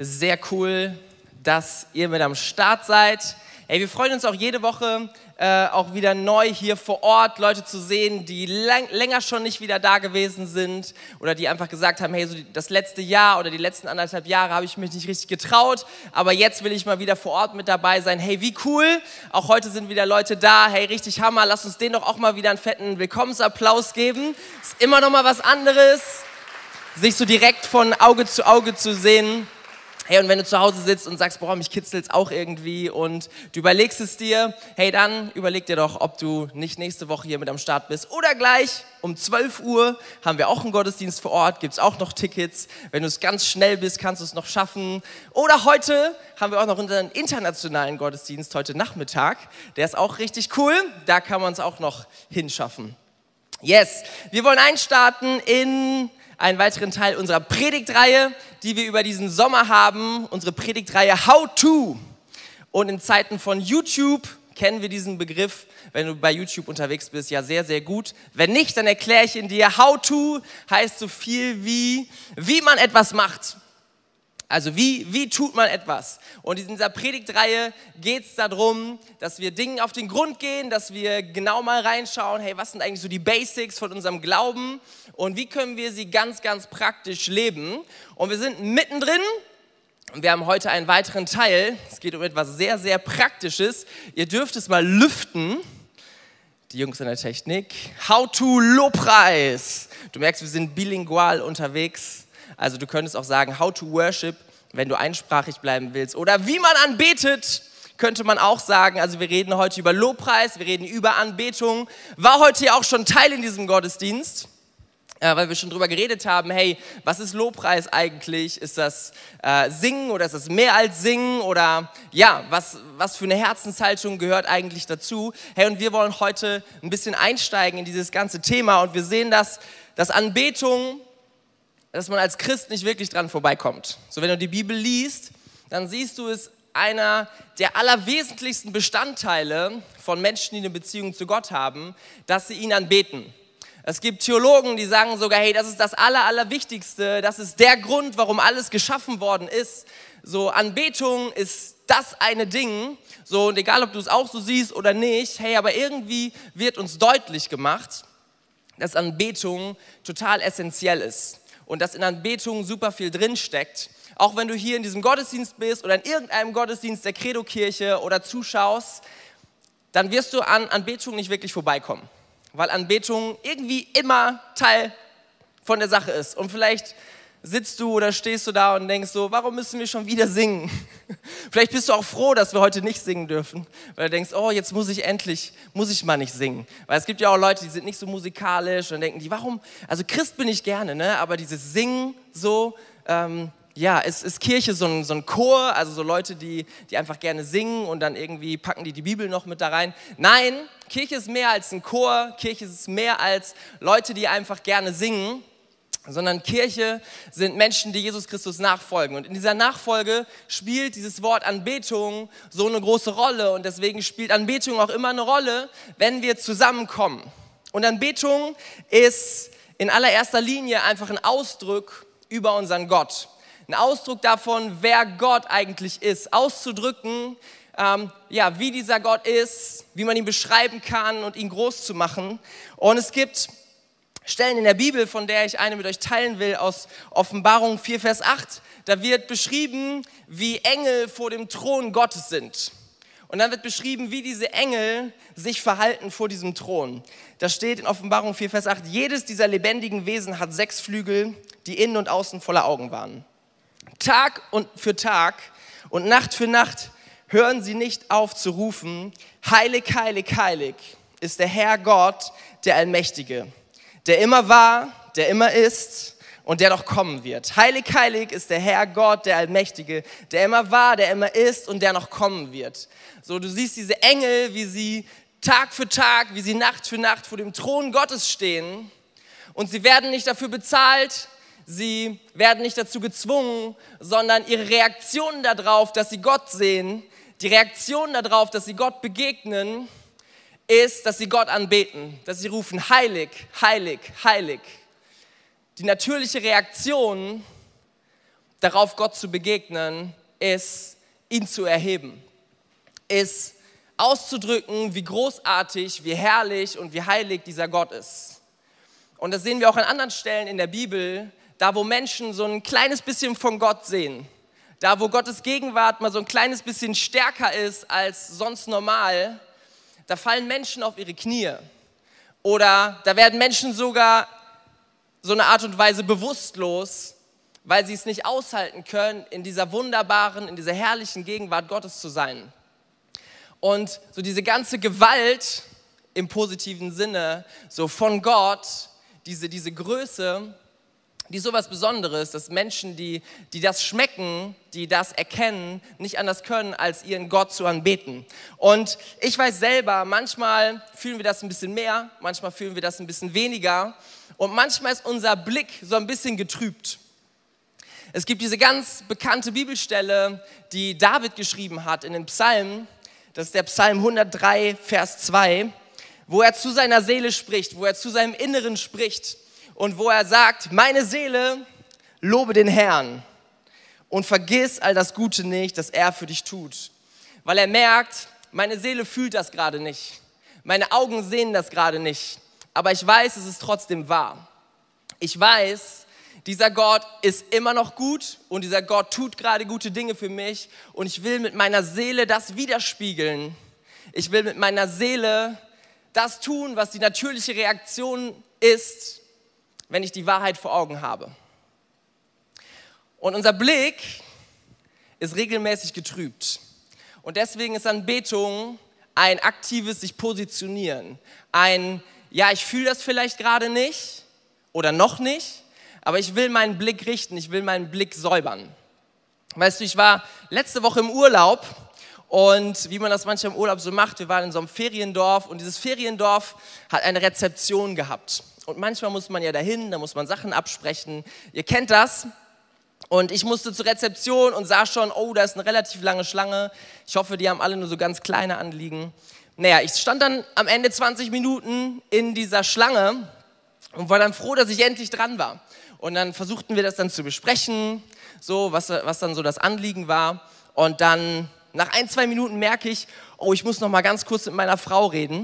Sehr cool, dass ihr mit am Start seid. Hey, wir freuen uns auch jede Woche, auch wieder neu hier vor Ort Leute zu sehen, die länger schon nicht wieder da gewesen sind oder die einfach gesagt haben, hey, so das letzte Jahr oder die letzten 1,5 Jahre habe ich mich nicht richtig getraut, aber jetzt will ich mal wieder vor Ort mit dabei sein. Hey, wie cool, auch heute sind wieder Leute da. Hey, richtig Hammer, lass uns denen doch auch mal wieder einen fetten Willkommensapplaus geben. Ist immer noch mal was anderes, sich so direkt von Auge zu sehen. Hey, und wenn du zu Hause sitzt und sagst, boah, mich kitzelt's auch irgendwie und du überlegst es dir, hey, dann überleg dir doch, ob du nicht nächste Woche hier mit am Start bist oder gleich um 12 Uhr haben wir auch einen Gottesdienst vor Ort, gibt's auch noch Tickets. Wenn du es ganz schnell bist, kannst du es noch schaffen. Oder heute haben wir auch noch unseren internationalen Gottesdienst heute Nachmittag. Der ist auch richtig cool, da kann man es auch noch hinschaffen. Yes, wir wollen einstarten in einen weiteren Teil unserer Predigtreihe, die wir über diesen Sommer haben, unsere Predigtreihe How To. Und in Zeiten von YouTube kennen wir diesen Begriff, wenn du bei YouTube unterwegs bist, ja sehr, sehr gut. Wenn nicht, dann erkläre ich ihn dir. How To heißt so viel wie man etwas macht. Also wie tut man etwas? Und in dieser Predigtreihe geht es darum, dass wir Dingen auf den Grund gehen, dass wir genau mal reinschauen, hey, was sind eigentlich so die Basics von unserem Glauben und wie können wir sie ganz, ganz praktisch leben? Und wir sind mittendrin und wir haben heute einen weiteren Teil. Es geht um etwas sehr, sehr Praktisches. Ihr dürft es mal lüften. Die Jungs in der Technik. How to Lobpreis. Du merkst, wir sind bilingual unterwegs. Also du könntest auch sagen, how to worship, wenn du einsprachig bleiben willst. Oder wie man anbetet, könnte man auch sagen. Also wir reden heute über Lobpreis, wir reden über Anbetung. War heute ja auch schon Teil in diesem Gottesdienst, weil wir schon drüber geredet haben, hey, was ist Lobpreis eigentlich? Ist das Singen oder ist das mehr als Singen? Oder ja, was für eine Herzenshaltung gehört eigentlich dazu? Hey, und wir wollen heute ein bisschen einsteigen in dieses ganze Thema und wir sehen, dass Anbetung, dass man als Christ nicht wirklich dran vorbeikommt. So, wenn du die Bibel liest, dann siehst du es einer der allerwesentlichsten Bestandteile von Menschen, die eine Beziehung zu Gott haben, dass sie ihn anbeten. Es gibt Theologen, die sagen sogar, hey, das ist das Allerwichtigste, das ist der Grund, warum alles geschaffen worden ist. So, Anbetung ist das eine Ding, so, und egal, ob du es auch so siehst oder nicht, hey, aber irgendwie wird uns deutlich gemacht, dass Anbetung total essentiell ist. Und dass in Anbetung super viel drinsteckt. Auch wenn du hier in diesem Gottesdienst bist oder in irgendeinem Gottesdienst der Credo-Kirche oder zuschaust, dann wirst du an Anbetung nicht wirklich vorbeikommen. Weil Anbetung irgendwie immer Teil von der Sache ist. Und vielleicht sitzt du oder stehst du da und denkst so, warum müssen wir schon wieder singen? Vielleicht bist du auch froh, dass wir heute nicht singen dürfen, weil du denkst, oh, jetzt muss ich mal nicht singen. Weil es gibt ja auch Leute, die sind nicht so musikalisch und denken die, warum, also Christ bin ich gerne, ne? Aber dieses Singen so, ist Kirche so ein Chor, also so Leute, die einfach gerne singen und dann irgendwie packen die Bibel noch mit da rein. Nein, Kirche ist mehr als ein Chor, Kirche ist mehr als Leute, die einfach gerne singen, sondern Kirche sind Menschen, die Jesus Christus nachfolgen. Und in dieser Nachfolge spielt dieses Wort Anbetung so eine große Rolle. Und deswegen spielt Anbetung auch immer eine Rolle, wenn wir zusammenkommen. Und Anbetung ist in allererster Linie einfach ein Ausdruck über unseren Gott. Ein Ausdruck davon, wer Gott eigentlich ist. Auszudrücken, wie dieser Gott ist, wie man ihn beschreiben kann und ihn groß zu machen. Und es gibt Stellen in der Bibel, von der ich eine mit euch teilen will, aus Offenbarung 4, Vers 8. Da wird beschrieben, wie Engel vor dem Thron Gottes sind. Und dann wird beschrieben, wie diese Engel sich verhalten vor diesem Thron. Da steht in Offenbarung 4, Vers 8, jedes dieser lebendigen Wesen hat 6 Flügel, die innen und außen voller Augen waren. Tag und für Tag und Nacht für Nacht hören sie nicht auf zu rufen, heilig, heilig, heilig ist der Herr Gott, der Allmächtige, der immer war, der immer ist und der noch kommen wird. Heilig, heilig ist der Herr Gott, der Allmächtige, der immer war, der immer ist und der noch kommen wird. So, du siehst diese Engel, wie sie Tag für Tag, wie sie Nacht für Nacht vor dem Thron Gottes stehen und sie werden nicht dafür bezahlt, sie werden nicht dazu gezwungen, sondern ihre Reaktion darauf, dass sie Gott sehen, die Reaktion darauf, dass sie Gott begegnen, ist, dass sie Gott anbeten, dass sie rufen, heilig, heilig, heilig. Die natürliche Reaktion darauf Gott zu begegnen, ist, ihn zu erheben, ist auszudrücken, wie großartig, wie herrlich und wie heilig dieser Gott ist. Und das sehen wir auch an anderen Stellen in der Bibel, da wo Menschen so ein kleines bisschen von Gott sehen, da wo Gottes Gegenwart mal so ein kleines bisschen stärker ist als sonst normal, da fallen Menschen auf ihre Knie. Oder da werden Menschen sogar so eine Art und Weise bewusstlos, weil sie es nicht aushalten können, in dieser wunderbaren, in dieser herrlichen Gegenwart Gottes zu sein. Und so diese ganze Gewalt im positiven Sinne, so von Gott, diese Größe, die ist sowas Besonderes, dass Menschen, die das schmecken, die das erkennen, nicht anders können, als ihren Gott zu anbeten. Und ich weiß selber, manchmal fühlen wir das ein bisschen mehr, manchmal fühlen wir das ein bisschen weniger und manchmal ist unser Blick so ein bisschen getrübt. Es gibt diese ganz bekannte Bibelstelle, die David geschrieben hat in den Psalmen, das ist der Psalm 103, Vers 2, wo er zu seiner Seele spricht, wo er zu seinem Inneren spricht. Und wo er sagt, meine Seele, lobe den Herrn und vergiss all das Gute nicht, das er für dich tut. Weil er merkt, meine Seele fühlt das gerade nicht. Meine Augen sehen das gerade nicht. Aber ich weiß, es ist trotzdem wahr. Ich weiß, dieser Gott ist immer noch gut und dieser Gott tut gerade gute Dinge für mich. Und ich will mit meiner Seele das widerspiegeln. Ich will mit meiner Seele das tun, was die natürliche Reaktion ist, wenn ich die Wahrheit vor Augen habe. Und unser Blick ist regelmäßig getrübt. Und deswegen ist Anbetung ein aktives sich positionieren. Ja, ich fühle das vielleicht gerade nicht oder noch nicht, aber ich will meinen Blick richten, ich will meinen Blick säubern. Weißt du, ich war letzte Woche im Urlaub und wie man das manchmal im Urlaub so macht, wir waren in so einem Feriendorf und dieses Feriendorf hat eine Rezeption gehabt. Und manchmal muss man ja dahin, da muss man Sachen absprechen. Ihr kennt das. Und ich musste zur Rezeption und sah schon, oh, da ist eine relativ lange Schlange. Ich hoffe, die haben alle nur so ganz kleine Anliegen. Naja, ich stand dann am Ende 20 Minuten in dieser Schlange und war dann froh, dass ich endlich dran war. Und dann versuchten wir das dann zu besprechen, so was dann so das Anliegen war. Und dann nach 1-2 Minuten merke ich, oh, ich muss noch mal ganz kurz mit meiner Frau reden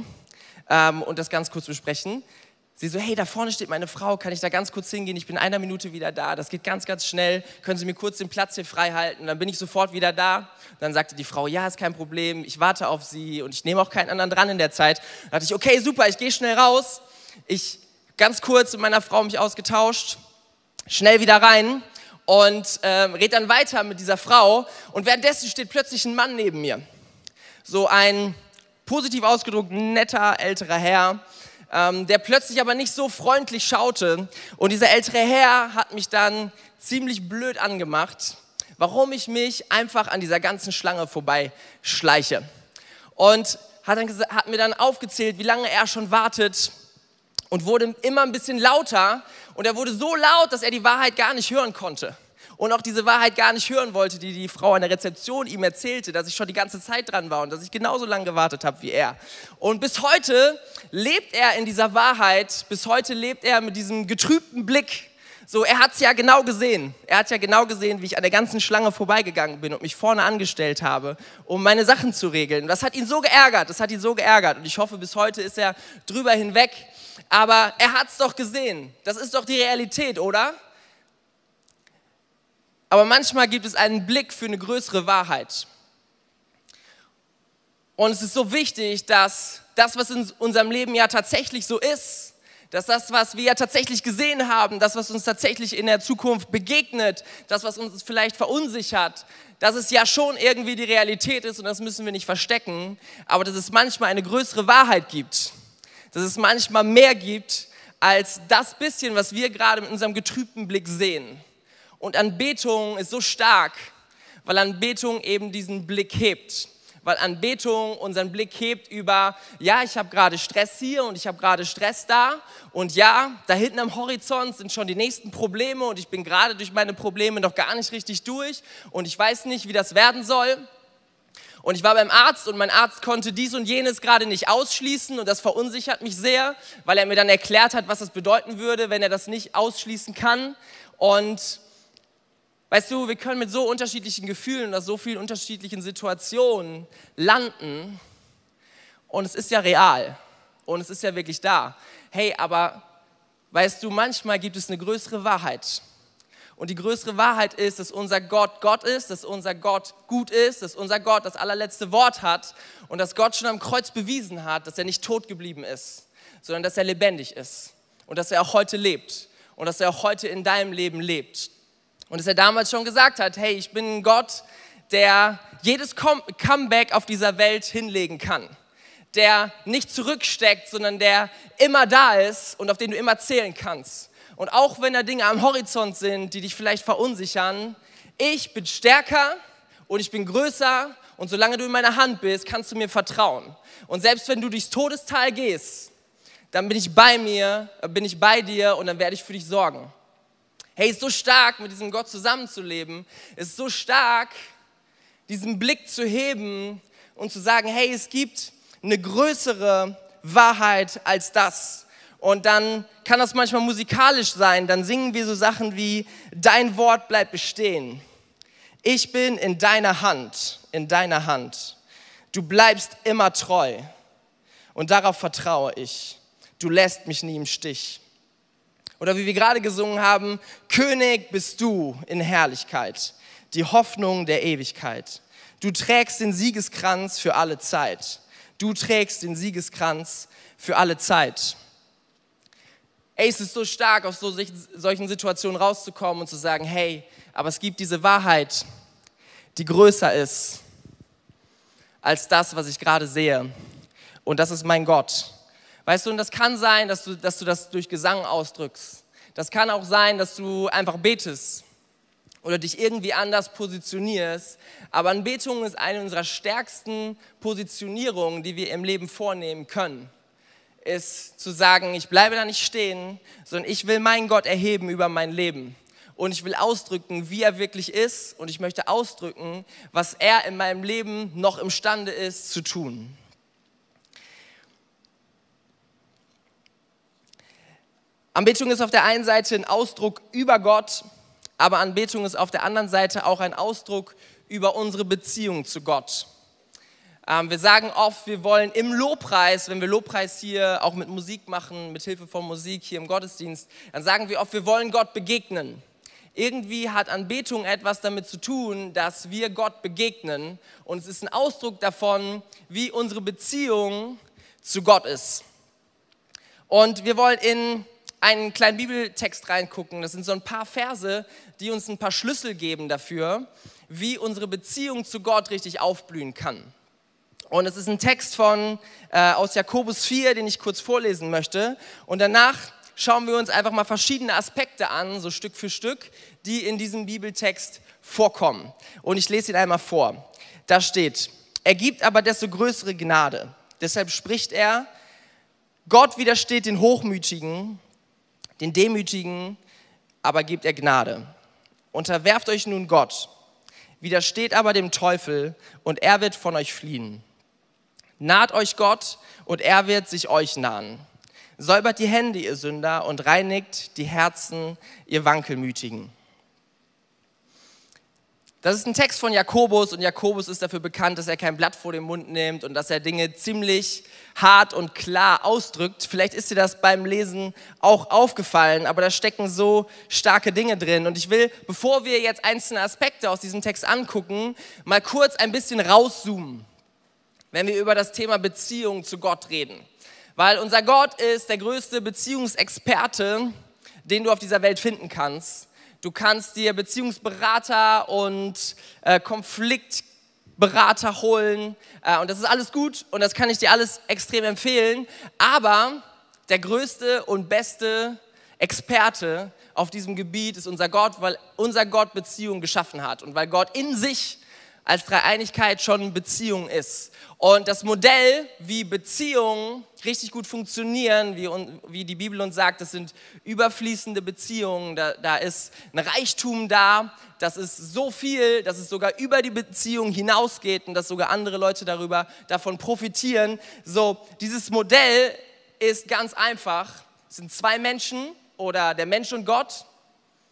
und das ganz kurz besprechen. Sie so, hey, da vorne steht meine Frau, kann ich da ganz kurz hingehen? Ich bin in 1 Minute wieder da, das geht ganz, ganz schnell. Können Sie mir kurz den Platz hier frei halten? Und dann bin ich sofort wieder da. Dann sagte die Frau, ja, ist kein Problem, ich warte auf Sie und ich nehme auch keinen anderen dran in der Zeit. Dann dachte ich, okay, super, ich gehe schnell raus. Ich ganz kurz mit meiner Frau mich ausgetauscht, schnell wieder rein und red dann weiter mit dieser Frau. Und währenddessen steht plötzlich ein Mann neben mir. So ein positiv ausgedrückt netter, älterer Herr, der plötzlich aber nicht so freundlich schaute. Und dieser ältere Herr hat mich dann ziemlich blöd angemacht, warum ich mich einfach an dieser ganzen Schlange vorbeischleiche. Und hat mir dann aufgezählt, wie lange er schon wartet und wurde immer ein bisschen lauter. Und er wurde so laut, dass er die Wahrheit gar nicht hören konnte. Und auch diese Wahrheit gar nicht hören wollte, die die Frau an der Rezeption ihm erzählte, dass ich schon die ganze Zeit dran war und dass ich genauso lange gewartet habe wie er. Und bis heute lebt er in dieser Wahrheit, bis heute lebt er mit diesem getrübten Blick. So, er hat es ja genau gesehen. Er hat ja genau gesehen, wie ich an der ganzen Schlange vorbeigegangen bin und mich vorne angestellt habe, um meine Sachen zu regeln. Das hat ihn so geärgert, Und ich hoffe, bis heute ist er drüber hinweg. Aber er hat es doch gesehen. Das ist doch die Realität, oder? Aber manchmal gibt es einen Blick für eine größere Wahrheit. Und es ist so wichtig, dass das, was in unserem Leben ja tatsächlich so ist, dass das, was wir ja tatsächlich gesehen haben, das, was uns tatsächlich in der Zukunft begegnet, das, was uns vielleicht verunsichert, dass es ja schon irgendwie die Realität ist und das müssen wir nicht verstecken, aber dass es manchmal eine größere Wahrheit gibt, dass es manchmal mehr gibt als das bisschen, was wir gerade mit unserem getrübten Blick sehen. Und Anbetung ist so stark, weil Anbetung eben diesen Blick hebt. Weil Anbetung unseren Blick hebt über, ja, ich habe gerade Stress hier und ich habe gerade Stress da. Und ja, da hinten am Horizont sind schon die nächsten Probleme und ich bin gerade durch meine Probleme noch gar nicht richtig durch. Und ich weiß nicht, wie das werden soll. Und ich war beim Arzt und mein Arzt konnte dies und jenes gerade nicht ausschließen und das verunsichert mich sehr, weil er mir dann erklärt hat, was das bedeuten würde, wenn er das nicht ausschließen kann. Und Weißt du, wir können mit so unterschiedlichen Gefühlen oder so vielen unterschiedlichen Situationen landen und es ist ja real und es ist ja wirklich da. Hey, aber weißt du, manchmal gibt es eine größere Wahrheit. Und die größere Wahrheit ist, dass unser Gott Gott ist, dass unser Gott gut ist, dass unser Gott das allerletzte Wort hat und dass Gott schon am Kreuz bewiesen hat, dass er nicht tot geblieben ist, sondern dass er lebendig ist und dass er auch heute lebt und dass er auch heute in deinem Leben lebt. Und dass er damals schon gesagt hat, hey, ich bin ein Gott, der jedes Comeback auf dieser Welt hinlegen kann. Der nicht zurücksteckt, sondern der immer da ist und auf den du immer zählen kannst. Und auch wenn da Dinge am Horizont sind, die dich vielleicht verunsichern, ich bin stärker und ich bin größer und solange du in meiner Hand bist, kannst du mir vertrauen. Und selbst wenn du durchs Todestal gehst, dann bin ich bei dir und dann werde ich für dich sorgen. Hey, ist so stark, mit diesem Gott zusammenzuleben. Es ist so stark, diesen Blick zu heben und zu sagen, hey, es gibt eine größere Wahrheit als das. Und dann kann das manchmal musikalisch sein. Dann singen wir so Sachen wie, dein Wort bleibt bestehen. Ich bin in deiner Hand, in deiner Hand. Du bleibst immer treu. Und darauf vertraue ich. Du lässt mich nie im Stich. Oder wie wir gerade gesungen haben, König bist du in Herrlichkeit, die Hoffnung der Ewigkeit. Du trägst den Siegeskranz für alle Zeit. Du trägst den Siegeskranz für alle Zeit. Ey, es ist so stark, aus solchen Situationen rauszukommen und zu sagen, hey, aber es gibt diese Wahrheit, die größer ist als das, was ich gerade sehe. Und das ist mein Gott. Weißt du, und das kann sein, dass du das durch Gesang ausdrückst. Das kann auch sein, dass du einfach betest oder dich irgendwie anders positionierst. Aber Anbetung ist eine unserer stärksten Positionierungen, die wir im Leben vornehmen können. Ist zu sagen, ich bleibe da nicht stehen, sondern ich will meinen Gott erheben über mein Leben. Und ich will ausdrücken, wie er wirklich ist. Und ich möchte ausdrücken, was er in meinem Leben noch imstande ist zu tun. Anbetung ist auf der einen Seite ein Ausdruck über Gott, aber Anbetung ist auf der anderen Seite auch ein Ausdruck über unsere Beziehung zu Gott. Wir sagen oft, wir wollen im Lobpreis, wenn wir Lobpreis hier auch mit Musik machen, mit Hilfe von Musik hier im Gottesdienst, dann sagen wir oft, wir wollen Gott begegnen. Irgendwie hat Anbetung etwas damit zu tun, dass wir Gott begegnen und es ist ein Ausdruck davon, wie unsere Beziehung zu Gott ist. Und wir wollen in einen kleinen Bibeltext reingucken. Das sind so ein paar Verse, die uns ein paar Schlüssel geben dafür, wie unsere Beziehung zu Gott richtig aufblühen kann. Und es ist ein Text aus Jakobus 4, den ich kurz vorlesen möchte. Und danach schauen wir uns einfach mal verschiedene Aspekte an, so Stück für Stück, die in diesem Bibeltext vorkommen. Und ich lese ihn einmal vor. Da steht, er gibt aber desto größere Gnade. Deshalb spricht er, Gott widersteht den Hochmütigen, den Demütigen aber gibt er Gnade. Unterwerft euch nun Gott, widersteht aber dem Teufel und er wird von euch fliehen. Naht euch Gott und er wird sich euch nahen. Säubert die Hände, ihr Sünder, und reinigt die Herzen, ihr Wankelmütigen. Das ist ein Text von Jakobus und Jakobus ist dafür bekannt, dass er kein Blatt vor den Mund nimmt und dass er Dinge ziemlich hart und klar ausdrückt. Vielleicht ist dir das beim Lesen auch aufgefallen, aber da stecken so starke Dinge drin. Und ich will, bevor wir jetzt einzelne Aspekte aus diesem Text angucken, mal kurz ein bisschen rauszoomen, wenn wir über das Thema Beziehung zu Gott reden. Weil unser Gott ist der größte Beziehungsexperte, den du auf dieser Welt finden kannst. Du kannst dir Beziehungsberater und Konfliktberater holen und das ist alles gut und das kann ich dir alles extrem empfehlen. Aber der größte und beste Experte auf diesem Gebiet ist unser Gott, weil unser Gott Beziehung geschaffen hat und weil Gott in sich als Dreieinigkeit schon Beziehung ist. Und das Modell, wie Beziehungen richtig gut funktionieren, wie die Bibel uns sagt, das sind überfließende Beziehungen, da ist ein Reichtum da, das ist so viel, dass es sogar über die Beziehung hinausgeht und dass sogar andere Leute davon profitieren. So, dieses Modell ist ganz einfach, es sind zwei Menschen oder der Mensch und Gott,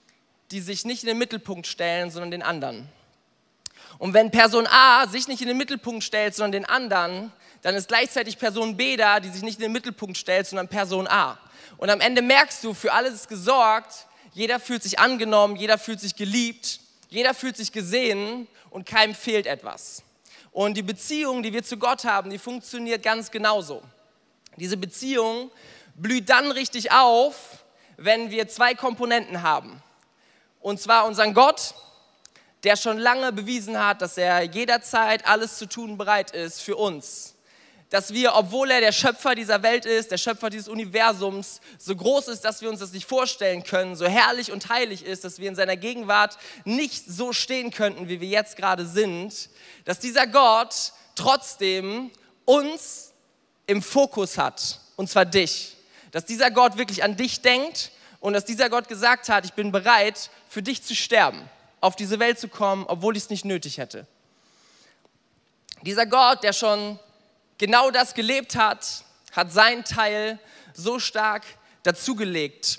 die sich nicht in den Mittelpunkt stellen, sondern den anderen. Und wenn Person A sich nicht in den Mittelpunkt stellt, sondern den anderen, dann ist gleichzeitig Person B da, die sich nicht in den Mittelpunkt stellt, sondern Person A. Und am Ende merkst du, für alles ist gesorgt, jeder fühlt sich angenommen, jeder fühlt sich geliebt, jeder fühlt sich gesehen und keinem fehlt etwas. Und die Beziehung, die wir zu Gott haben, die funktioniert ganz genauso. Diese Beziehung blüht dann richtig auf, wenn wir zwei Komponenten haben. Und zwar unseren Gott, der schon lange bewiesen hat, dass er jederzeit alles zu tun bereit ist für uns. Dass wir, obwohl er der Schöpfer dieser Welt ist, der Schöpfer dieses Universums, so groß ist, dass wir uns das nicht vorstellen können, so herrlich und heilig ist, dass wir in seiner Gegenwart nicht so stehen könnten, wie wir jetzt gerade sind, dass dieser Gott trotzdem uns im Fokus hat, und zwar dich. Dass dieser Gott wirklich an dich denkt und dass dieser Gott gesagt hat, ich bin bereit, für dich zu sterben, auf diese Welt zu kommen, obwohl ich es nicht nötig hätte. Dieser Gott, der schon genau das gelebt hat, hat seinen Teil so stark dazugelegt.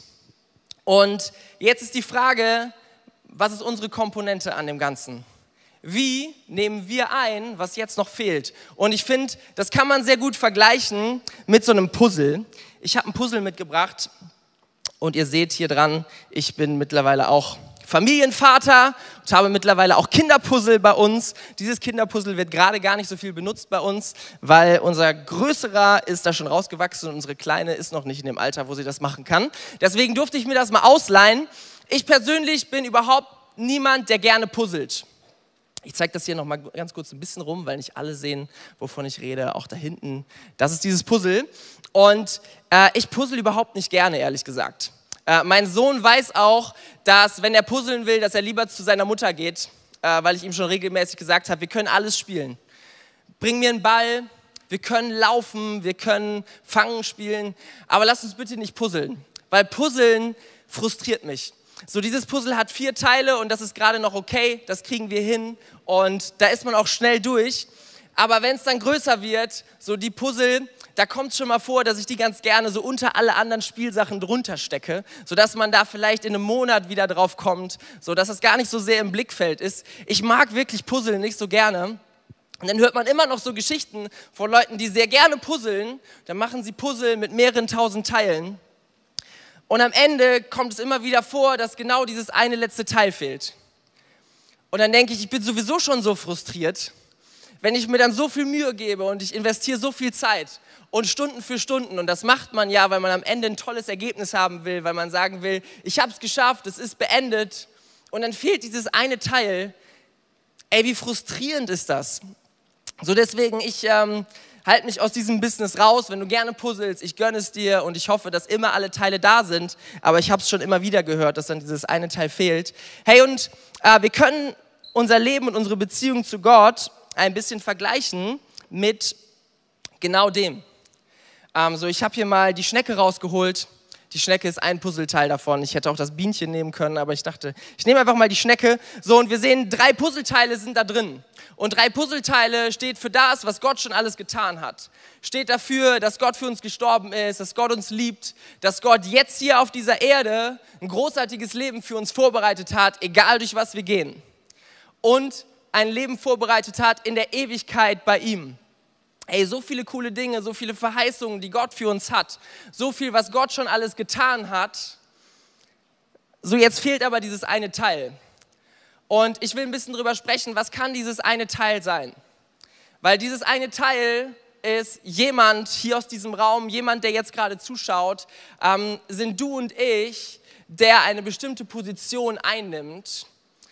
Und jetzt ist die Frage, was ist unsere Komponente an dem Ganzen? Wie nehmen wir ein, was jetzt noch fehlt? Und ich finde, das kann man sehr gut vergleichen mit so einem Puzzle. Ich habe ein Puzzle mitgebracht und ihr seht hier dran, ich bin mittlerweile auch Familienvater und habe mittlerweile auch Kinderpuzzle bei uns. Dieses Kinderpuzzle wird gerade gar nicht so viel benutzt bei uns, weil unser Größerer ist da schon rausgewachsen und unsere Kleine ist noch nicht in dem Alter, wo sie das machen kann. Deswegen durfte ich mir das mal ausleihen. Ich persönlich bin überhaupt niemand, der gerne puzzelt. Ich zeige das hier noch mal ganz kurz ein bisschen rum, weil nicht alle sehen, wovon ich rede. Auch da hinten, das ist dieses Puzzle. Und ich puzzle überhaupt nicht gerne, ehrlich gesagt. Mein Sohn weiß auch, dass, wenn er puzzeln will, dass er lieber zu seiner Mutter geht, weil ich ihm schon regelmäßig gesagt habe, wir können alles spielen. Bring mir einen Ball, wir können laufen, wir können Fangen spielen, aber lass uns bitte nicht puzzeln, weil Puzzeln frustriert mich. So, dieses Puzzle hat 4 Teile und das ist gerade noch okay, das kriegen wir hin und da ist man auch schnell durch. Aber wenn es dann größer wird, so die Puzzle, da kommt es schon mal vor, dass ich die ganz gerne so unter alle anderen Spielsachen drunter stecke, sodass man da vielleicht in einem Monat wieder drauf kommt, sodass es gar nicht so sehr im Blickfeld ist. Ich mag wirklich Puzzeln nicht so gerne. Und dann hört man immer noch so Geschichten von Leuten, die sehr gerne puzzeln. Dann machen sie Puzzle mit mehreren tausend Teilen. Und am Ende kommt es immer wieder vor, dass genau dieses eine letzte Teil fehlt. Und dann denke ich, ich bin sowieso schon so frustriert, wenn ich mir dann so viel Mühe gebe und ich investiere so viel Zeit und Stunden für Stunden. Und das macht man ja, weil man am Ende ein tolles Ergebnis haben will, weil man sagen will, ich habe es geschafft, es ist beendet. Und dann fehlt dieses eine Teil. Ey, wie frustrierend ist das? So deswegen, ich halte mich aus diesem Business raus. Wenn du gerne puzzelst, ich gönne es dir und ich hoffe, dass immer alle Teile da sind. Aber ich habe es schon immer wieder gehört, dass dann dieses eine Teil fehlt. Hey, und wir können unser Leben und unsere Beziehung zu Gott ein bisschen vergleichen mit genau dem. So, ich habe hier mal die Schnecke rausgeholt. Die Schnecke ist ein Puzzleteil davon. Ich hätte auch das Bienchen nehmen können, aber ich dachte, ich nehme einfach mal die Schnecke. So, und wir sehen, 3 Puzzleteile sind da drin. Und 3 Puzzleteile steht für das, was Gott schon alles getan hat. Steht dafür, dass Gott für uns gestorben ist, dass Gott uns liebt, dass Gott jetzt hier auf dieser Erde ein großartiges Leben für uns vorbereitet hat, egal durch was wir gehen. Und ein Leben vorbereitet hat in der Ewigkeit bei ihm. Ey, so viele coole Dinge, so viele Verheißungen, die Gott für uns hat. So viel, was Gott schon alles getan hat. So, jetzt fehlt aber dieses eine Teil. Und ich will ein bisschen drüber sprechen, was kann dieses eine Teil sein? Weil dieses eine Teil ist jemand hier aus diesem Raum, jemand, der jetzt gerade zuschaut, sind du und ich, der eine bestimmte Position einnimmt,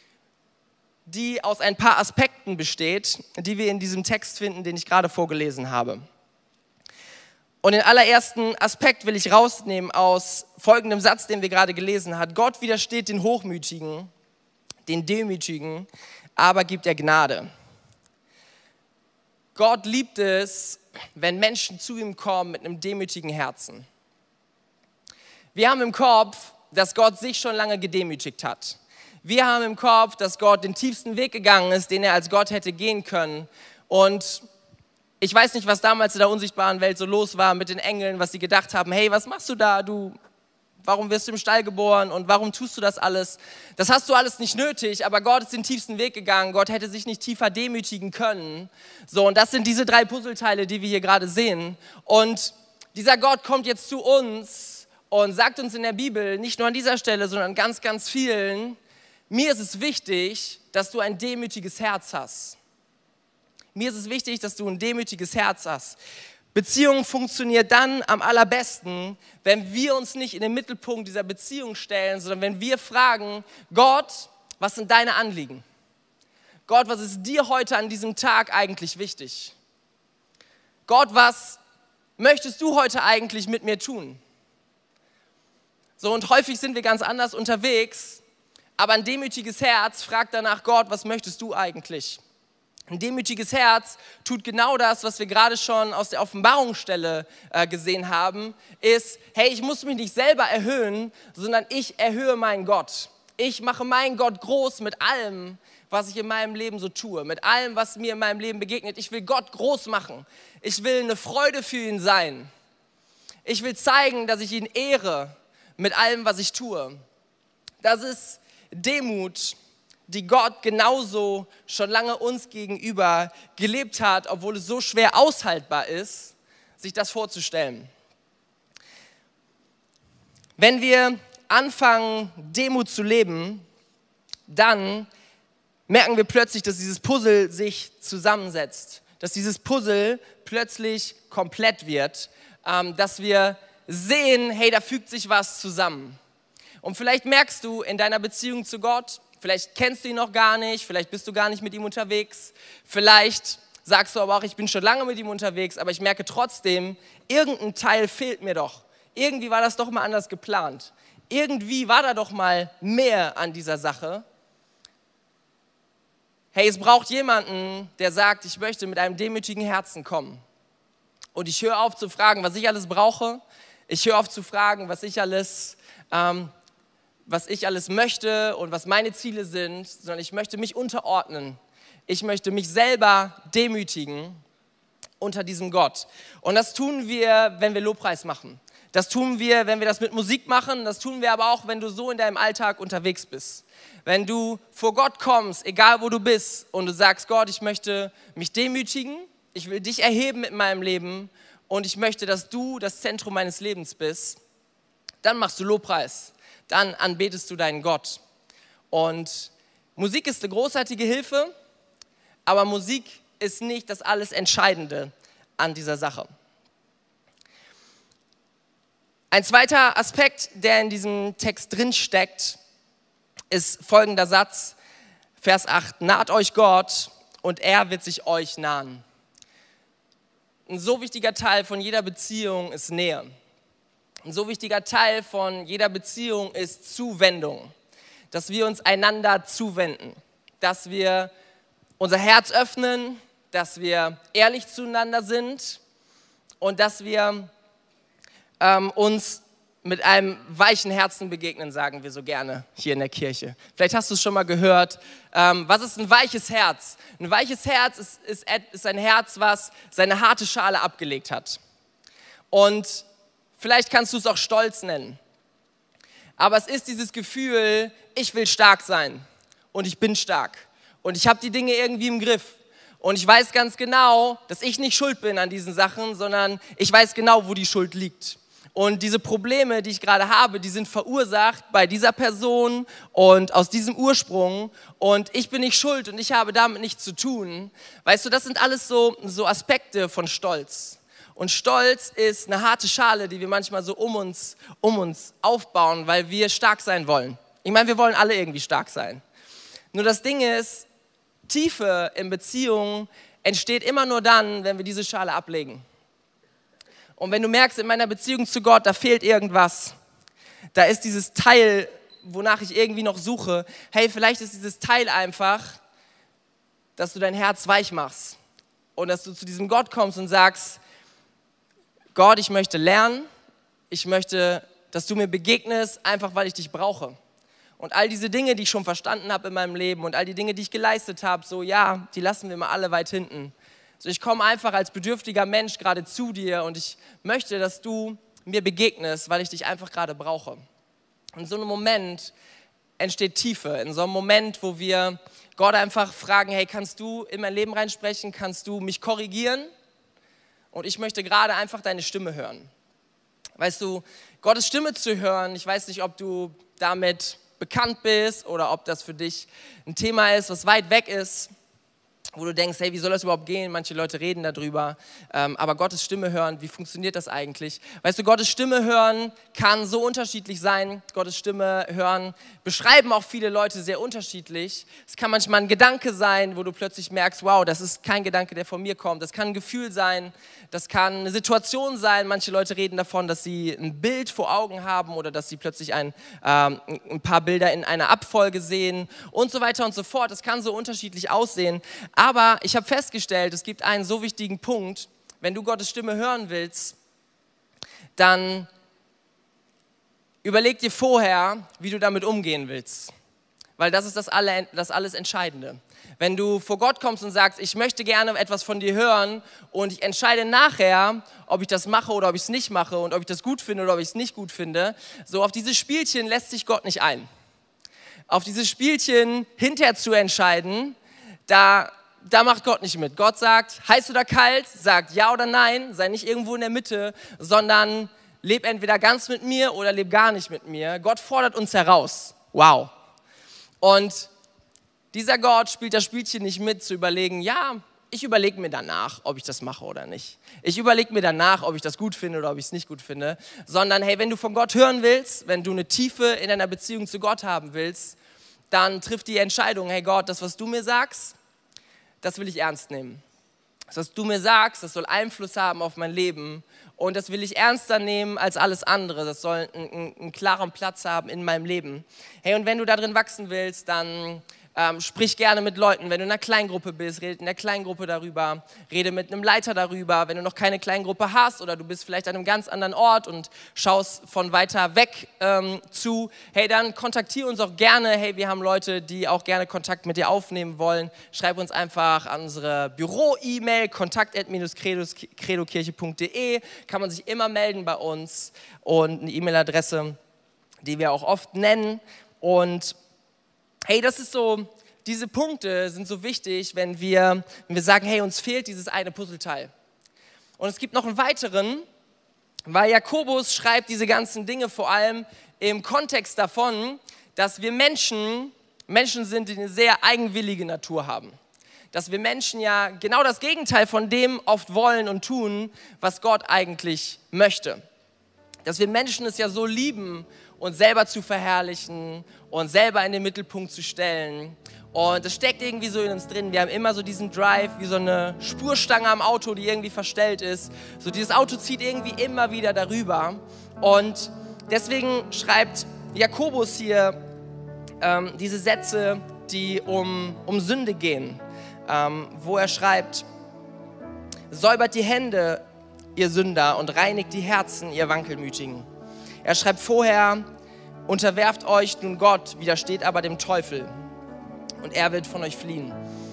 die aus ein paar Aspekten besteht, die wir in diesem Text finden, den ich gerade vorgelesen habe. Und den allerersten Aspekt will ich rausnehmen aus folgendem Satz, den wir gerade gelesen haben. Gott widersteht den Hochmütigen, den Demütigen, aber gibt er Gnade. Gott liebt es, wenn Menschen zu ihm kommen mit einem demütigen Herzen. Wir haben im Kopf, dass Gott sich schon lange gedemütigt hat. Wir haben im Kopf, dass Gott den tiefsten Weg gegangen ist, den er als Gott hätte gehen können. Und ich weiß nicht, was damals in der unsichtbaren Welt so los war mit den Engeln, was sie gedacht haben, hey, was machst du da, du warum wirst du im Stall geboren und warum tust du das alles? Das hast du alles nicht nötig, aber Gott ist den tiefsten Weg gegangen. Gott hätte sich nicht tiefer demütigen können. So, und das sind diese 3 Puzzleteile, die wir hier gerade sehen. Und dieser Gott kommt jetzt zu uns und sagt uns in der Bibel, nicht nur an dieser Stelle, sondern an ganz, ganz vielen, mir ist es wichtig, dass du ein demütiges Herz hast. Mir ist es wichtig, dass du ein demütiges Herz hast. Beziehung funktioniert dann am allerbesten, wenn wir uns nicht in den Mittelpunkt dieser Beziehung stellen, sondern wenn wir fragen, Gott, was sind deine Anliegen? Gott, was ist dir heute an diesem Tag eigentlich wichtig? Gott, was möchtest du heute eigentlich mit mir tun? So, und häufig sind wir ganz anders unterwegs, aber ein demütiges Herz fragt danach, Gott, was möchtest du eigentlich? Ein demütiges Herz tut genau das, was wir gerade schon aus der Offenbarungsstelle gesehen haben, ist, hey, ich muss mich nicht selber erhöhen, sondern ich erhöhe meinen Gott. Ich mache meinen Gott groß mit allem, was ich in meinem Leben so tue, mit allem, was mir in meinem Leben begegnet. Ich will Gott groß machen. Ich will eine Freude für ihn sein. Ich will zeigen, dass ich ihn ehre mit allem, was ich tue. Das ist Demut, die Gott genauso schon lange uns gegenüber gelebt hat, obwohl es so schwer aushaltbar ist, sich das vorzustellen. Wenn wir anfangen, Demut zu leben, dann merken wir plötzlich, dass dieses Puzzle sich zusammensetzt, dass dieses Puzzle plötzlich komplett wird, dass wir sehen, hey, da fügt sich was zusammen. Und vielleicht merkst du in deiner Beziehung zu Gott, vielleicht kennst du ihn noch gar nicht, vielleicht bist du gar nicht mit ihm unterwegs, vielleicht sagst du aber auch, ich bin schon lange mit ihm unterwegs, aber ich merke trotzdem, irgendein Teil fehlt mir doch. Irgendwie war das doch mal anders geplant. Irgendwie war da doch mal mehr an dieser Sache. Hey, es braucht jemanden, der sagt, ich möchte mit einem demütigen Herzen kommen. Und ich höre auf zu fragen, was ich alles brauche. Ich höre auf zu fragen, was ich alles möchte und was meine Ziele sind, sondern ich möchte mich unterordnen. Ich möchte mich selber demütigen unter diesem Gott. Und das tun wir, wenn wir Lobpreis machen. Das tun wir, wenn wir das mit Musik machen. Das tun wir aber auch, wenn du so in deinem Alltag unterwegs bist. Wenn du vor Gott kommst, egal wo du bist, und du sagst, Gott, ich möchte mich demütigen, ich will dich erheben in meinem Leben und ich möchte, dass du das Zentrum meines Lebens bist, dann machst du Lobpreis. Dann anbetest du deinen Gott. Und Musik ist eine großartige Hilfe, aber Musik ist nicht das alles Entscheidende an dieser Sache. Ein zweiter Aspekt, der in diesem Text drin steckt, ist folgender Satz, Vers 8, naht euch Gott und er wird sich euch nahen. Ein so wichtiger Teil von jeder Beziehung ist Nähe. Ein so wichtiger Teil von jeder Beziehung ist Zuwendung, dass wir uns einander zuwenden, dass wir unser Herz öffnen, dass wir ehrlich zueinander sind und dass wir uns mit einem weichen Herzen begegnen, sagen wir so gerne hier in der Kirche. Vielleicht hast du es schon mal gehört. Was ist ein weiches Herz? Ein weiches Herz ist ein Herz, was seine harte Schale abgelegt hat. Und vielleicht kannst du es auch Stolz nennen. Aber es ist dieses Gefühl, ich will stark sein und ich bin stark. Und ich habe die Dinge irgendwie im Griff. Und ich weiß ganz genau, dass ich nicht schuld bin an diesen Sachen, sondern ich weiß genau, wo die Schuld liegt. Und diese Probleme, die ich gerade habe, die sind verursacht bei dieser Person und aus diesem Ursprung. Und ich bin nicht schuld und ich habe damit nichts zu tun. Weißt du, das sind alles so Aspekte von Stolz. Und Stolz ist eine harte Schale, die wir manchmal so um uns aufbauen, weil wir stark sein wollen. Ich meine, wir wollen alle irgendwie stark sein. Nur das Ding ist, Tiefe in Beziehungen entsteht immer nur dann, wenn wir diese Schale ablegen. Und wenn du merkst, in meiner Beziehung zu Gott, da fehlt irgendwas, da ist dieses Teil, wonach ich irgendwie noch suche, hey, vielleicht ist dieses Teil einfach, dass du dein Herz weich machst und dass du zu diesem Gott kommst und sagst, Gott, ich möchte lernen, ich möchte, dass du mir begegnest, einfach weil ich dich brauche. Und all diese Dinge, die ich schon verstanden habe in meinem Leben und all die Dinge, die ich geleistet habe, so ja, die lassen wir mal alle weit hinten. So, ich komme einfach als bedürftiger Mensch gerade zu dir und ich möchte, dass du mir begegnest, weil ich dich einfach gerade brauche. in so einem Moment entsteht Tiefe. In so einem Moment, wo wir Gott einfach fragen, hey, kannst du in mein Leben reinsprechen? Kannst du mich korrigieren? Und ich möchte gerade einfach deine Stimme hören. Weißt du, Gottes Stimme zu hören, ich weiß nicht, ob du damit bekannt bist oder ob das für dich ein Thema ist, was weit weg ist, wo du denkst, hey, wie soll das überhaupt gehen? Manche Leute reden darüber, aber Gottes Stimme hören, wie funktioniert das eigentlich? Weißt du, Gottes Stimme hören kann so unterschiedlich sein. Gottes Stimme hören beschreiben auch viele Leute sehr unterschiedlich. Es kann manchmal ein Gedanke sein, wo du plötzlich merkst, wow, das ist kein Gedanke, der von mir kommt. Das kann ein Gefühl sein, das kann eine Situation sein. Manche Leute reden davon, dass sie ein Bild vor Augen haben oder dass sie plötzlich ein paar Bilder in einer Abfolge sehen und so weiter und so fort. Das kann so unterschiedlich aussehen. Aber ich habe festgestellt, es gibt einen so wichtigen Punkt, wenn du Gottes Stimme hören willst, dann überleg dir vorher, wie du damit umgehen willst. Weil das ist das alles Entscheidende. Wenn du vor Gott kommst und sagst, ich möchte gerne etwas von dir hören und ich entscheide nachher, ob ich das mache oder ob ich es nicht mache und ob ich das gut finde oder ob ich es nicht gut finde, so auf dieses Spielchen lässt sich Gott nicht ein. Auf dieses Spielchen hinterher zu entscheiden, da macht Gott nicht mit. Gott sagt, heiß oder kalt, sagt ja oder nein, sei nicht irgendwo in der Mitte, sondern leb entweder ganz mit mir oder leb gar nicht mit mir. Gott fordert uns heraus. Wow. Und dieser Gott spielt das Spielchen nicht mit, zu überlegen, ja, ich überlege mir danach, ob ich das mache oder nicht. Ich überlege mir danach, ob ich das gut finde oder ob ich es nicht gut finde, sondern hey, wenn du von Gott hören willst, wenn du eine Tiefe in deiner Beziehung zu Gott haben willst, dann triff die Entscheidung, hey Gott, das, was du mir sagst, das will ich ernst nehmen. Das, was du mir sagst, das soll Einfluss haben auf mein Leben und das will ich ernster nehmen als alles andere. Das soll einen klaren Platz haben in meinem Leben. Hey, und wenn du da drin wachsen willst, dann sprich gerne mit Leuten. Wenn du in einer Kleingruppe bist, rede in der Kleingruppe darüber, rede mit einem Leiter darüber. Wenn du noch keine Kleingruppe hast oder du bist vielleicht an einem ganz anderen Ort und schaust von weiter weg zu, hey, dann kontaktiere uns auch gerne. Hey, wir haben Leute, die auch gerne Kontakt mit dir aufnehmen wollen. Schreib uns einfach an unsere Büro-E-Mail, kontakt@credokirche.de. Kann man sich immer melden bei uns und eine E-Mail-Adresse, die wir auch oft nennen. Und hey, das ist so, diese Punkte sind so wichtig, wenn wir sagen, hey, uns fehlt dieses eine Puzzleteil. Und es gibt noch einen weiteren, weil Jakobus schreibt diese ganzen Dinge vor allem im Kontext davon, dass wir Menschen sind, die eine sehr eigenwillige Natur haben. Dass wir Menschen ja genau das Gegenteil von dem oft wollen und tun, was Gott eigentlich möchte. Dass wir Menschen es ja so lieben, uns selber zu verherrlichen und selber in den Mittelpunkt zu stellen. Und das steckt irgendwie so in uns drin. Wir haben immer so diesen Drive, wie so eine Spurstange am Auto, die irgendwie verstellt ist. So dieses Auto zieht irgendwie immer wieder darüber. Und deswegen schreibt Jakobus hier diese Sätze, die um Sünde gehen, wo er schreibt, säubert die Hände, ihr Sünder, und reinigt die Herzen, ihr Wankelmütigen. Er schreibt vorher, unterwerft euch nun Gott, widersteht aber dem Teufel und er wird von euch fliehen.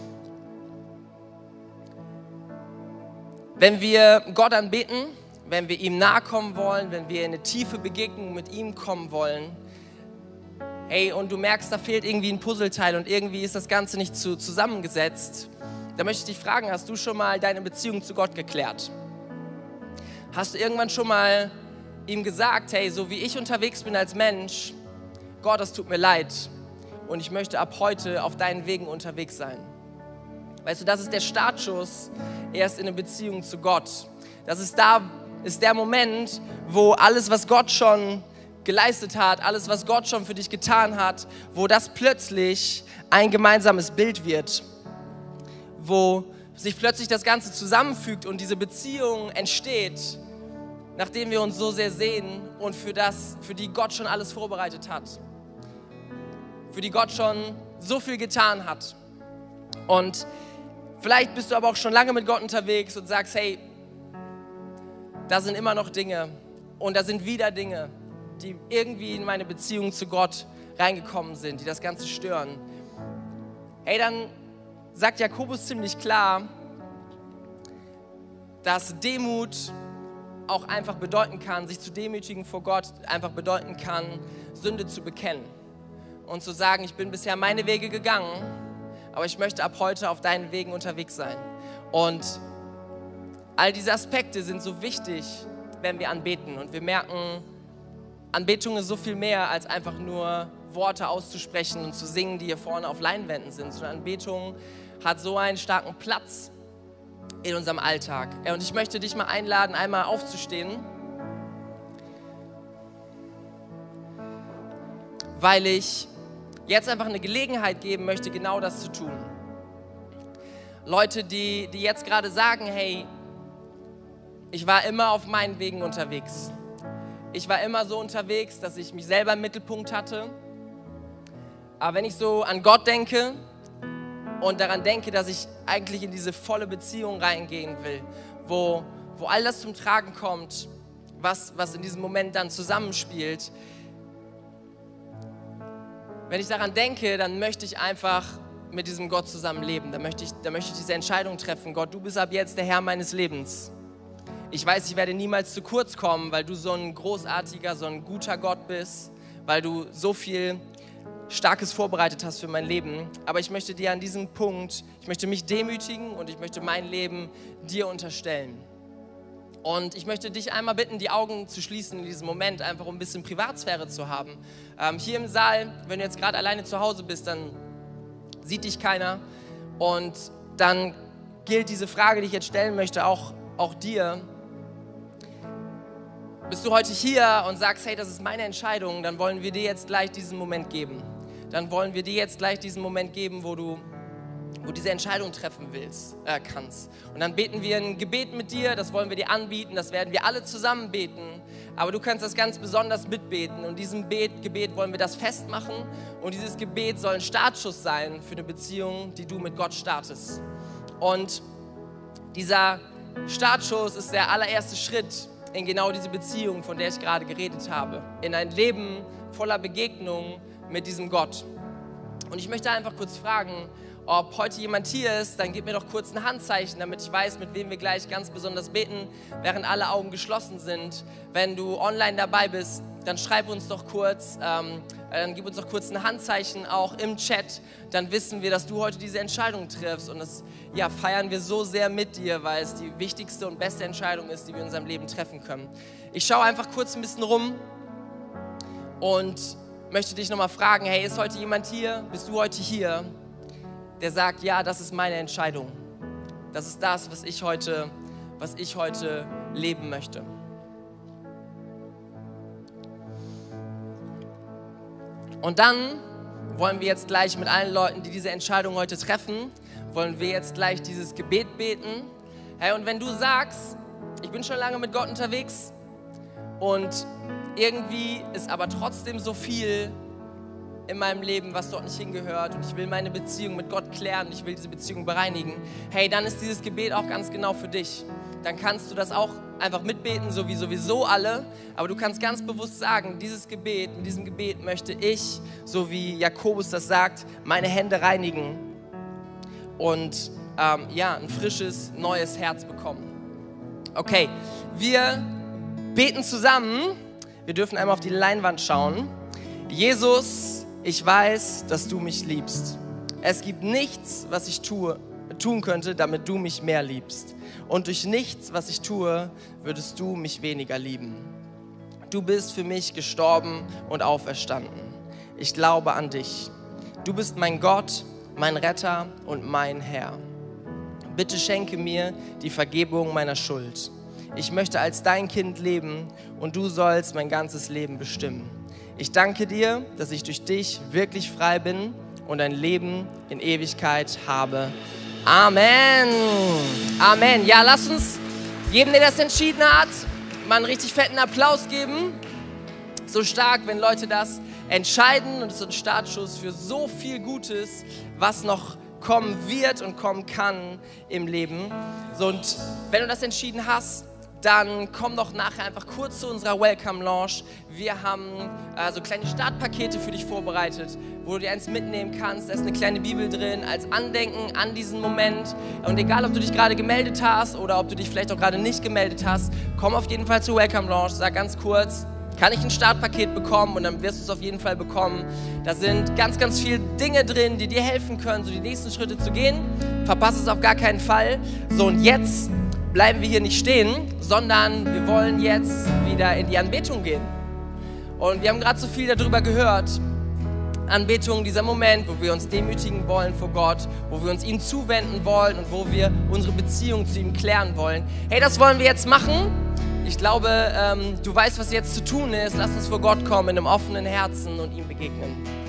Wenn wir Gott anbeten, wenn wir ihm nahe kommen wollen, wenn wir in eine tiefe Begegnung mit ihm kommen wollen, hey, und du merkst, da fehlt irgendwie ein Puzzleteil und irgendwie ist das Ganze nicht zusammengesetzt, dann möchte ich dich fragen, hast du schon mal deine Beziehung zu Gott geklärt? Hast du irgendwann schon mal ihm gesagt, hey, so wie ich unterwegs bin als Mensch, Gott, es tut mir leid und ich möchte ab heute auf deinen Wegen unterwegs sein. Weißt du, das ist der Startschuss erst in eine Beziehung zu Gott. Das ist der Moment, wo alles, was Gott schon geleistet hat, alles, was Gott schon für dich getan hat, wo das plötzlich ein gemeinsames Bild wird, wo sich plötzlich das Ganze zusammenfügt und diese Beziehung entsteht, nachdem wir uns so sehr sehen und für die Gott schon alles vorbereitet hat. Für die Gott schon so viel getan hat. Und vielleicht bist du aber auch schon lange mit Gott unterwegs und sagst, hey, da sind immer noch Dinge und da sind wieder Dinge, die irgendwie in meine Beziehung zu Gott reingekommen sind, die das Ganze stören. Hey, dann sagt Jakobus ziemlich klar, dass Demut auch einfach bedeuten kann, sich zu demütigen vor Gott, einfach bedeuten kann, Sünde zu bekennen und zu sagen, ich bin bisher meine Wege gegangen, aber ich möchte ab heute auf deinen Wegen unterwegs sein. Und all diese Aspekte sind so wichtig, wenn wir anbeten. Und wir merken, Anbetung ist so viel mehr, als einfach nur Worte auszusprechen und zu singen, die hier vorne auf Leinwänden sind, sondern Anbetung hat so einen starken Platz in unserem Alltag. Und ich möchte dich mal einladen, einmal aufzustehen, weil ich jetzt einfach eine Gelegenheit geben möchte, genau das zu tun. Leute, die jetzt gerade sagen, hey, ich war immer auf meinen Wegen unterwegs. Ich war immer so unterwegs, dass ich mich selber im Mittelpunkt hatte. Aber wenn ich so an Gott denke und daran denke, dass ich eigentlich in diese volle Beziehung reingehen will, wo all das zum Tragen kommt, was in diesem Moment dann zusammenspielt. Wenn ich daran denke, dann möchte ich einfach mit diesem Gott zusammen leben. Dann möchte ich diese Entscheidung treffen. Gott, du bist ab jetzt der Herr meines Lebens. Ich weiß, ich werde niemals zu kurz kommen, weil du so ein großartiger, so ein guter Gott bist, weil du so viel Starkes vorbereitet hast für mein Leben. Aber ich möchte dir an diesem Punkt, ich möchte mich demütigen und ich möchte mein Leben dir unterstellen. Und ich möchte dich einmal bitten, die Augen zu schließen in diesem Moment, einfach um ein bisschen Privatsphäre zu haben. Hier im Saal, wenn du jetzt gerade alleine zu Hause bist, dann sieht dich keiner. Und dann gilt diese Frage, die ich jetzt stellen möchte, auch dir. Bist du heute hier und sagst, hey, das ist meine Entscheidung, dann wollen wir dir jetzt gleich diesen Moment geben. Dann wollen wir dir jetzt gleich diesen Moment geben, wo du diese Entscheidung treffen kannst. Und dann beten wir ein Gebet mit dir, das wollen wir dir anbieten, das werden wir alle zusammen beten. Aber du kannst das ganz besonders mitbeten. Und diesem Gebet wollen wir das festmachen. Und dieses Gebet soll ein Startschuss sein für eine Beziehung, die du mit Gott startest. Und dieser Startschuss ist der allererste Schritt in genau diese Beziehung, von der ich gerade geredet habe. In ein Leben voller Begegnung mit diesem Gott. Und ich möchte einfach kurz fragen, ob heute jemand hier ist, dann gib mir doch kurz ein Handzeichen, damit ich weiß, mit wem wir gleich ganz besonders beten, während alle Augen geschlossen sind. Wenn du online dabei bist, dann schreib uns doch kurz, dann gib uns doch kurz ein Handzeichen auch im Chat. Dann wissen wir, dass du heute diese Entscheidung triffst. Und das feiern wir so sehr mit dir, weil es die wichtigste und beste Entscheidung ist, die wir in unserem Leben treffen können. Ich schaue einfach kurz ein bisschen rum und möchte dich nochmal fragen, hey, ist heute jemand hier? Bist du heute hier, der sagt, ja, das ist meine Entscheidung. Das ist das, was ich heute leben möchte. Und dann wollen wir jetzt gleich mit allen Leuten, die diese Entscheidung heute treffen, wollen wir jetzt gleich dieses Gebet beten. Hey, und wenn du sagst, ich bin schon lange mit Gott unterwegs und irgendwie ist aber trotzdem so viel in meinem Leben, was dort nicht hingehört und ich will meine Beziehung mit Gott klären, ich will diese Beziehung bereinigen, hey, dann ist dieses Gebet auch ganz genau für dich. Dann kannst du das auch einfach mitbeten, so wie sowieso alle, aber du kannst ganz bewusst sagen, mit diesem Gebet möchte ich, so wie Jakobus das sagt, meine Hände reinigen und ein frisches, neues Herz bekommen. Okay, wir beten zusammen, wir dürfen einmal auf die Leinwand schauen. Jesus, ich weiß, dass du mich liebst. Es gibt nichts, was ich tun könnte, damit du mich mehr liebst. Und durch nichts, was ich tue, würdest du mich weniger lieben. Du bist für mich gestorben und auferstanden. Ich glaube an dich. Du bist mein Gott, mein Retter und mein Herr. Bitte schenke mir die Vergebung meiner Schuld. Ich möchte als dein Kind leben und du sollst mein ganzes Leben bestimmen. Ich danke dir, dass ich durch dich wirklich frei bin und ein Leben in Ewigkeit habe. Amen. Amen. Ja, lass uns jedem, der das entschieden hat, mal einen richtig fetten Applaus geben. So stark, wenn Leute das entscheiden, und es ist ein Startschuss für so viel Gutes, was noch kommen wird und kommen kann im Leben. So, und wenn du das entschieden hast, dann komm doch nachher einfach kurz zu unserer Welcome Lounge. Wir haben so kleine Startpakete für dich vorbereitet, wo du dir eins mitnehmen kannst. Da ist eine kleine Bibel drin als Andenken an diesen Moment. Und egal, ob du dich gerade gemeldet hast oder ob du dich vielleicht auch gerade nicht gemeldet hast, komm auf jeden Fall zur Welcome Lounge, sag ganz kurz, kann ich ein Startpaket bekommen? Und dann wirst du es auf jeden Fall bekommen. Da sind ganz, ganz viele Dinge drin, die dir helfen können, so die nächsten Schritte zu gehen. Verpasse es auf gar keinen Fall. So, und jetzt bleiben wir hier nicht stehen, sondern wir wollen jetzt wieder in die Anbetung gehen. Und wir haben gerade so viel darüber gehört. Anbetung, dieser Moment, wo wir uns demütigen wollen vor Gott, wo wir uns ihm zuwenden wollen und wo wir unsere Beziehung zu ihm klären wollen. Hey, das wollen wir jetzt machen. Ich glaube, du weißt, was jetzt zu tun ist. Lass uns vor Gott kommen in einem offenen Herzen und ihm begegnen.